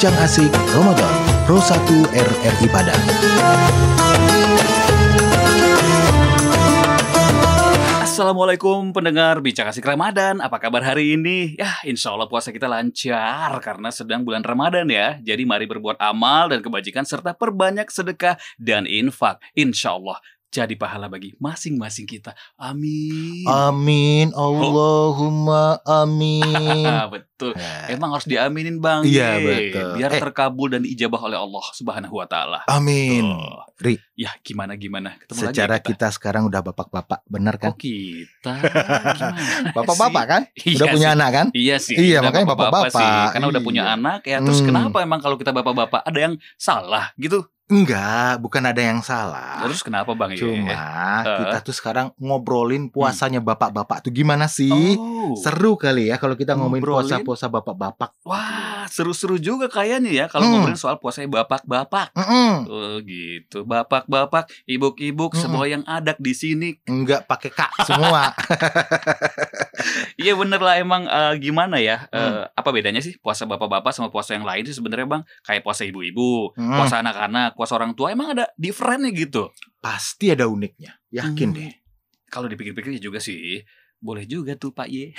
Bincang Asik Ramadan Pro 1 RRI Padang. Assalamualaikum pendengar Bincang Asik Ramadan. Apa kabar hari ini? Ya, insya Allah puasa kita lancar karena sedang bulan Ramadan ya. Jadi mari berbuat amal dan kebajikan serta perbanyak sedekah dan infak. Insya Allah jadi pahala bagi masing-masing kita. Amin. Amin, Allahumma amin. Betul. Emang harus diaminin Bang. Iya, betul. Biar terkabul dan diijabah oleh Allah Subhanahu wa taala. Amin. Tuh. Ri, Ya, gimana Ketemu secara lagi kita sekarang udah bapak-bapak, benar kan? Oh, kita gimana Bapak-bapak sih? kan? Iya Udah punya sih. anak kan? Iya sih. Iya, udah makanya bapak-bapak. sih. Karena udah punya Iya. anak ya. Terus kenapa emang kalau kita bapak-bapak ada yang salah gitu? Enggak, bukan ada yang salah. Terus kenapa Bang? Cuma kita tuh sekarang ngobrolin puasanya bapak-bapak tuh gimana sih? Oh. Seru kali ya kalau kita ngomongin Ngobrolin. puasa-puasa bapak-bapak. Wah, seru-seru juga kayaknya ya kalau ngobrolin soal puasanya bapak-bapak. Oh gitu, bapak-bapak, ibuk-ibuk, semua yang ada di sini. Enggak pakai kak semua. Iya bener lah emang gimana ya? Apa bedanya sih puasa bapak-bapak sama puasa yang lain sih sebenarnya Bang? Kayak puasa ibu-ibu, puasa anak-anak, puasa orang tua emang ada differentnya gitu. Pasti ada uniknya, yakin deh. Kalau dipikir-pikir juga sih, boleh juga tuh Pak Ye.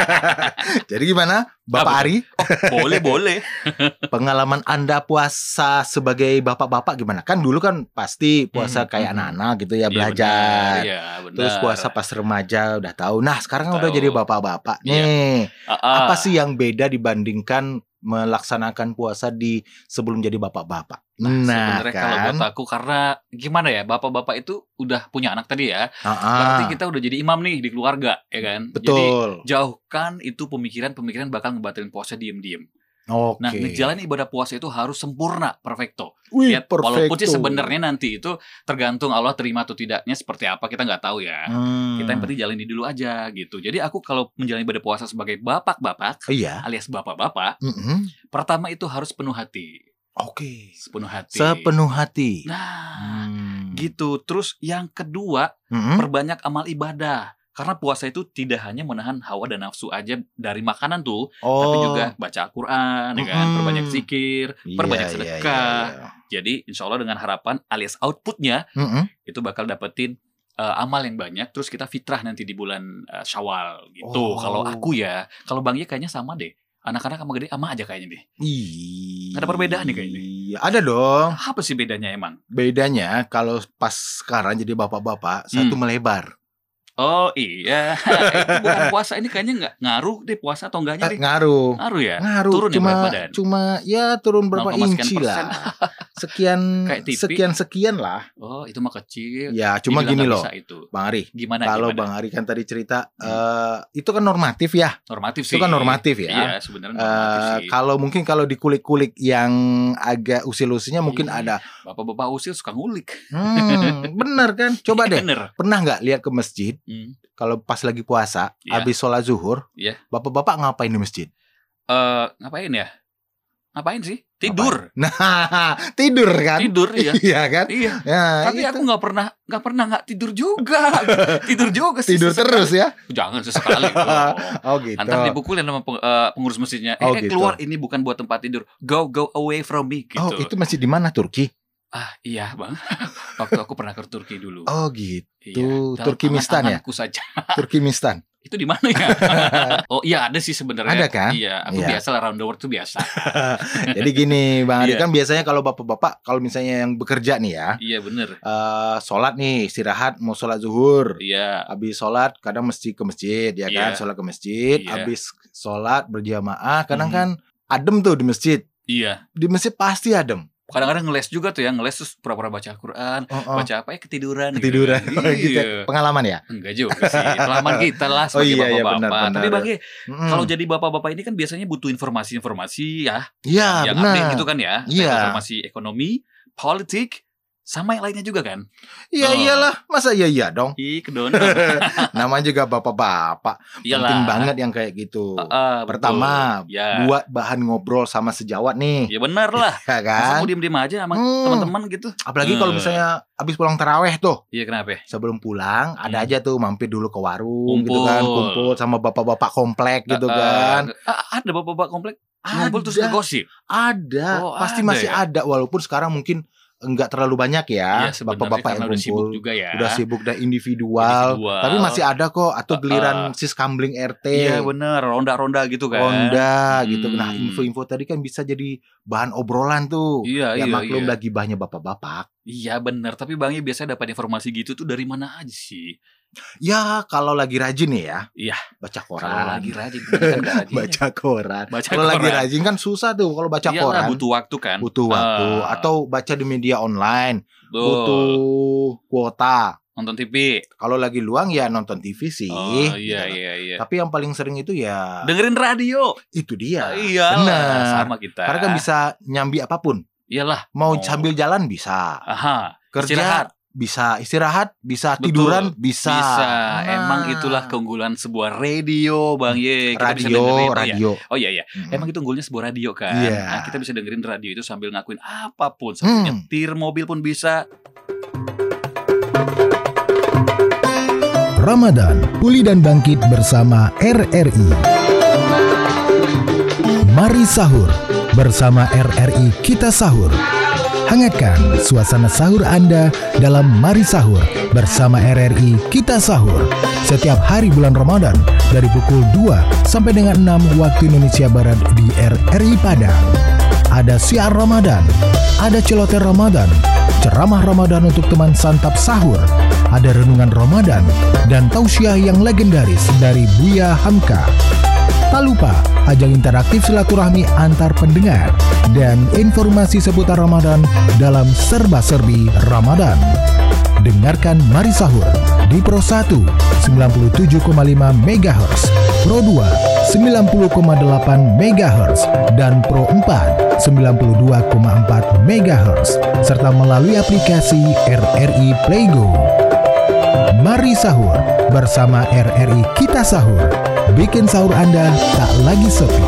Jadi gimana, Bapak Apa tuh? Ari? Boleh. Pengalaman Anda puasa sebagai bapak-bapak gimana? Kan dulu kan pasti puasa kayak anak-anak gitu ya, belajar. Iya, benar. Terus puasa pas remaja udah tahu. Nah sekarang kan udah Tahu. jadi bapak-bapak Iya. nih. Apa Ah. sih yang beda dibandingkan melaksanakan puasa di sebelum jadi bapak-bapak? Nah, sebenarnya kalau kan? buat aku karena gimana ya, bapak-bapak itu udah punya anak tadi ya. Ah, Berarti kita udah jadi imam nih di keluarga, ya kan? Jadi betul. jauhkan itu pemikiran-pemikiran bakal ngebatalin puasa diem-diem. Oke. Nah, ngejalanin ibadah puasa itu harus sempurna, perfecto. Wih, Ya, walaupun sih perfecto. sebenarnya nanti itu tergantung Allah terima atau tidaknya seperti apa, kita nggak tahu ya. Kita yang penting jalani dulu aja gitu. Jadi aku kalau menjalani ibadah puasa sebagai bapak-bapak Iya. alias bapak-bapak, Mm-mm. pertama itu harus penuh hati. Oke. Sepenuh hati. Sepenuh hati. Nah, gitu. Terus yang kedua, Mm-mm. perbanyak amal ibadah. Karena puasa itu tidak hanya menahan hawa dan nafsu aja dari makanan tuh, tapi juga baca Al-Quran, ya kan? Perbanyak zikir, perbanyak Iya, sedekah. iya. Jadi insya Allah dengan harapan alias outputnya Mm-mm. itu bakal dapetin amal yang banyak. Terus kita fitrah nanti di bulan Syawal gitu. Oh. Kalau aku ya, kalau Bang Ye kayaknya sama deh. Anak-anak sama gede sama aja kayaknya deh. Iya. Ada perbedaan nih kayaknya. Iya, ada dong. Apa sih bedanya emang? Bedanya kalau pas sekarang jadi bapak-bapak, satu melebar. Oh iya, itu bukan puasa ini kayaknya nggak ngaruh deh puasa atau enggaknya deh. Ngaruh. Ngaruh ya? Ngaruh. Turun ya berat badan? Cuma ya turun berapa 0,sekian inci persen. lah. Sekian Kayak TV. sekian lah. Oh itu mah kecil. Ya, cuma Dibilang gini nggak loh. bisa itu. Bang Ari. Gimana? Kalau gimana? Bang Ari kan tadi cerita itu kan normatif ya. Normatif sih. Itu kan normatif ya. Iya sebenarnya normatif sih. Kalau dikulik-kulik yang agak usil-usilnya mungkin Iya. ada. Bapak-bapak usil suka ngulik. Bener kan? Coba deh. Bener. Pernah nggak lihat ke masjid kalau pas lagi puasa, Iya. habis sholat zuhur, Iya. bapak-bapak ngapain di masjid? Ngapain ya? Ngapain sih? Tidur. Nah, tidur kan? Tidur ya. Iya kan? Iya. Ya, Tapi itu. aku nggak pernah nggak tidur juga. Tidur juga sih. Tidur sesekali. terus ya? Jangan sesekali. dong. Oh gitu. Antar dipukulin sama pengurus masjidnya. Oh, gitu. Keluar ini bukan buat tempat tidur. Go away from me gitu. Oh, itu masih di mana, Turki? Iya bang. Waktu aku pernah ke Turki dulu. Oh gitu. Iya, dalam Turkmenistan ya? angan-anganku saja. Turkmenistan. Itu di mana ya? Oh iya ada sih sebenarnya. Ada kan? Iya, aku Iya. biasa lah round the world tuh biasa. Jadi gini, Bang Ari, Iya. kan biasanya kalau bapak-bapak kalau misalnya yang bekerja nih ya, Iya bener. sholat nih, istirahat mau sholat zuhur. Iya. Habis sholat kadang mesti ke masjid ya kan, Iya. sholat ke masjid. Iya. Habis sholat berjamaah kadang kan adem tuh di masjid. Iya. Di masjid pasti adem. Kadang-kadang ngeles juga tuh ya, ngeles terus pura-pura baca Al-Quran, baca apa ya ketiduran. Ketiduran. Gitu. Gitu. Pengalaman ya? Enggak juga sih. Pengalaman kita lah sebagai iya, bapak-bapak. benar. Tapi Bang Ye, Mm-mm. kalau jadi bapak-bapak ini kan biasanya butuh informasi-informasi ya. Iya, Yang benar. update gitu kan ya. Iya. Informasi ekonomi, politik, sama yang lainnya juga kan. Iya Oh. iyalah, masa iya dong. Ih, kedon. Namanya juga bapak-bapak. Iyalah. Penting banget yang kayak gitu. Betul. Pertama, Ya. buat bahan ngobrol sama sejawat nih. Ya benar lah. Ya Masa kan? mau diem-diem aja sama teman-teman gitu. Apalagi kalau misalnya habis pulang taraweh tuh. Iya kenapa? Sebelum pulang ada aja tuh mampir dulu ke warung gitu Kumpul. kan, kumpul sama bapak-bapak komplek gitu kan. Ada bapak-bapak komplek Ngumpul terus Ada. ngegosip. Ada, Oh, pasti ada masih ya? ada. Walaupun sekarang mungkin enggak terlalu banyak ya, Iya, sebenarnya bapak-bapak karena yang udah sibuk kumpul. juga ya. Udah sibuk dan individual. Individual. Tapi masih ada kok. Atau giliran Uh-uh. siskambling RT. Iya bener, ronda-ronda gitu kan. Ronda gitu. Nah, Hmm. info-info tadi kan bisa jadi bahan obrolan tuh. Iya, Ya iya, maklum iya. lagi banyak bapak-bapak. Iya bener, tapi Bang Ye biasanya dapat informasi gitu tuh dari mana aja sih? Ya kalau lagi rajin nih ya. Iya. Baca Kalau koran. lagi rajin, kan nggak rajin. Baca koran. Baca Kalau lagi koran. rajin kan susah tuh kalau baca Iyalah, koran. butuh waktu kan. Butuh waktu. Ah, Atau baca di media online. betul. Butuh kuota. Nonton TV. Kalau lagi luang ya nonton TV sih. Oh iya gitu. iya iya. Tapi yang paling sering itu ya Dengerin radio. itu dia. Iya. Benar. Sama kita. Karena kan bisa nyambi apapun. Iyalah. Mau Mau- sambil jalan bisa. Aha. Kerja Istirahat. bisa, istirahat bisa, Betul. tiduran bisa. Bisa. Nah. Emang itulah keunggulan sebuah radio, Bang Ye. Kita bisa radio, dengerin itu ya. radio. Oh iya iya. Mm. Emang itu unggulnya sebuah radio kan. Iya. Nah, kita bisa dengerin radio itu sambil ngakuin apapun, sambil nyetir mobil pun bisa. Ramadan, pulih dan bangkit bersama RRI. Mari sahur bersama RRI Kita Sahur. Hangatkan suasana sahur Anda dalam Mari Sahur bersama RRI Kita Sahur. Setiap hari bulan Ramadan dari pukul 2 sampai dengan 6 waktu Indonesia Barat di RRI Padang. Ada siar Ramadan, ada celoteh Ramadan, ceramah Ramadan untuk teman santap sahur, ada renungan Ramadan, dan tausiah yang legendaris dari Buya Hamka. Tak lupa, ajang interaktif silaturahmi antar pendengar dan informasi seputar Ramadan dalam serba-serbi Ramadan. Dengarkan Mari Sahur di Pro 1 97,5 MHz, Pro 2 90,8 MHz, dan Pro 4 92,4 MHz, serta melalui aplikasi RRI Playgo. Mari Sahur bersama RRI Kita Sahur. Bikin sahur Anda tak lagi sepi.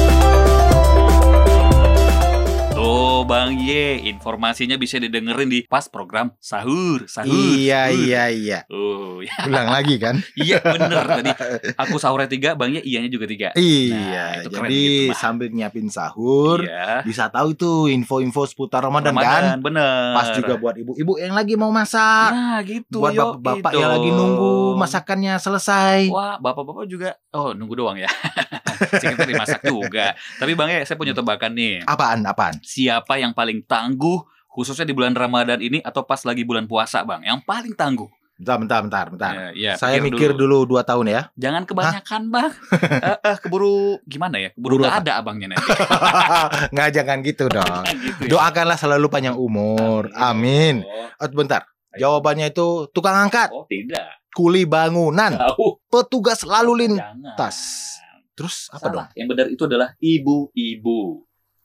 Tuh Bang Ye, informasinya bisa didengerin di pas program sahur. Iya, iya, iya. Ya. Ulang lagi kan? Iya bener tadi. Aku sahurnya 3, Bang Ye iyanya juga 3. Iya, itu keren jadi gitu, mah. sambil nyiapin sahur, Iya. bisa tahu itu info-info seputar Ramadan, kan? Bener. Pas juga buat ibu-ibu yang lagi mau masak, Nah gitu. buat yoi bapak-bapak yang lagi dong. nunggu masakannya selesai. Wah, bapak-bapak juga. Oh, nunggu doang ya. Kita dimasak juga. Tapi Bang Ye, saya punya tebakan nih. Apaan? Siapa yang paling tangguh khususnya di bulan Ramadan ini atau pas lagi bulan puasa, Bang? Yang paling tangguh. Bentar. Ya, Saya mikir pikir dulu 2 tahun ya. Jangan kebanyakan, Bang. Keburu gimana ya? Keburu Keburu nggak apa? ada abangnya nanti. Nggak, jangan gitu dong. Gitu ya. Doakanlah selalu panjang umur. Amin. Bentar. Jawabannya itu tukang angkat, Oh, tidak. kuli bangunan, Tahu. petugas lalu Jangan. lintas. Terus apa dong? Salah. Yang benar itu adalah ibu-ibu.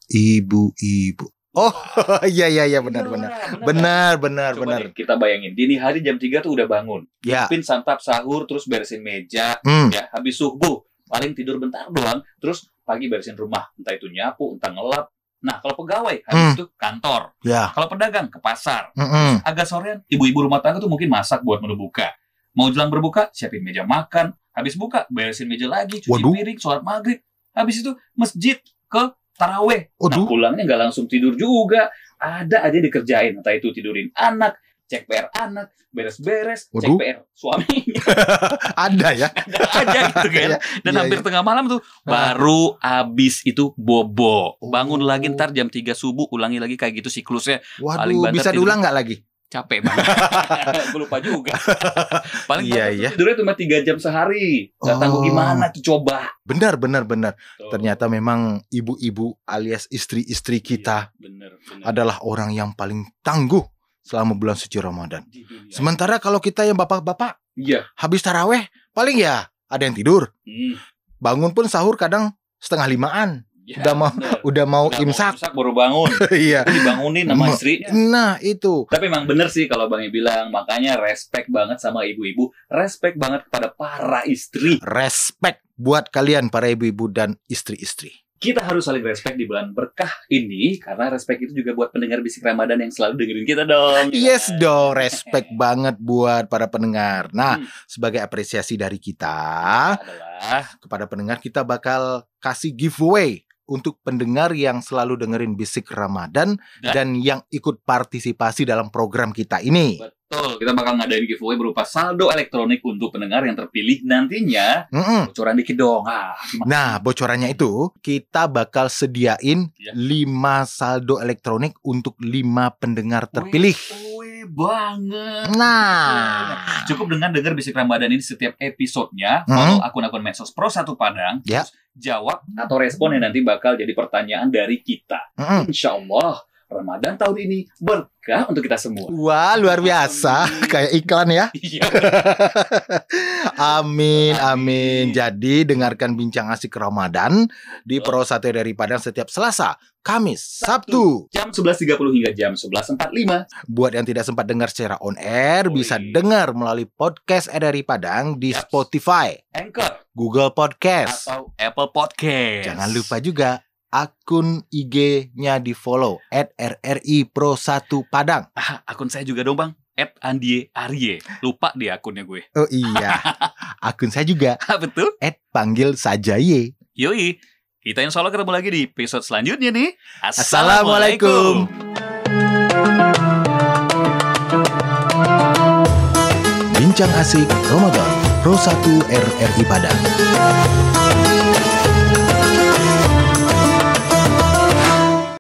Ibu-ibu. Oh, iya benar. Benar. Coba deh, kita bayangin dini hari jam 3 tuh udah bangun. Ya. Pin santap sahur terus beresin meja, Hmm. ya habis subuh paling tidur bentar doang, terus pagi beresin rumah, entah itu nyapu, entah ngelap. Nah, kalau pegawai habis itu kantor. Ya. Kalau pedagang ke pasar. Mm-mm. Agak sorean, ibu-ibu rumah tangga tuh mungkin masak buat menu buka. Mau jelang berbuka, siapin meja makan. Habis buka, beresin meja lagi, cuci Waduh. piring, sholat maghrib. Habis itu masjid ke taraweh. Nah, Waduh. pulangnya nggak langsung tidur juga. Ada aja dikerjain. Entah itu tidurin anak, cek PR anak, beres-beres, cek Waduh. PR suaminya. Ada ya. Ada aja gitu kan. Iya, Dan iya, hampir iya. tengah malam tuh baru habis itu bobo. Bangun Oh. lagi ntar jam 3 subuh, ulangi lagi kayak gitu siklusnya. Paling Waduh, banter bisa tidur. diulang nggak lagi? Capek banget. Gue lupa juga. Paling Iya, banter iya. tuh tidurnya cuma 3 jam sehari. Gak Oh. tangguh gimana tuh coba. Benar. Tuh. Ternyata memang ibu-ibu alias istri-istri kita Bener. adalah orang yang paling tangguh selama bulan suci Ramadan. Di dunia. Sementara kalau kita yang bapak-bapak Iya. habis taraweh paling ya ada yang tidur. Bangun pun sahur kadang 4:30. Ya, Udah mau- bener. Udah mau Udah imsak. baru bangun. Iya. Tapi dibangunin sama istrinya. Nah, itu. Tapi emang bener sih kalau Bang bilang. Makanya respect banget sama ibu-ibu. Respect banget kepada para istri. Respect buat kalian para ibu-ibu dan istri-istri. Kita harus saling respect di bulan berkah ini. Karena respect itu juga buat pendengar Bisik Ramadan yang selalu dengerin kita dong. Yes dong, respect banget buat para pendengar. Nah, Hmm. sebagai apresiasi dari kita Adalah kepada pendengar, kita bakal kasih giveaway untuk pendengar yang selalu dengerin Bisik Ramadan dan yang ikut partisipasi dalam program kita ini. Betul, kita bakal ngadain giveaway berupa saldo elektronik untuk pendengar yang terpilih nantinya. Bocoran dikit dong. Nah, bocorannya itu kita bakal sediain 5 saldo elektronik untuk 5 pendengar terpilih. Banget. Nah, cukup dengan dengar Bisik Ramadan ini setiap episodenya, follow akun-akun medsos Pro 1 Padang, terus jawab atau respon yang nanti bakal jadi pertanyaan dari kita. Insya Allah Ramadan tahun ini berkah untuk kita semua. Wah, luar biasa. Kayak iklan ya. Amin. Jadi dengarkan Bincang Asik Ramadan di Pro 1 dari Padang setiap Selasa, Kamis, Sabtu jam 11.30 hingga jam 11.45. Buat yang tidak sempat dengar secara on air, bisa dengar melalui podcast RRI Padang di Spotify, Anchor, Google Podcast, atau Apple Podcast. Jangan lupa juga akun IG-nya di follow @RRI Pro 1 Padang. Akun saya juga dong bang, @andiearye. Lupa di akunnya gue. Oh iya, akun saya juga. Betul. @panggil saja ye. Yoi, kita insya Allah ketemu lagi di episode selanjutnya nih. Assalamualaikum. Bincang Asik Ramadan Pro 1 RRI Padang.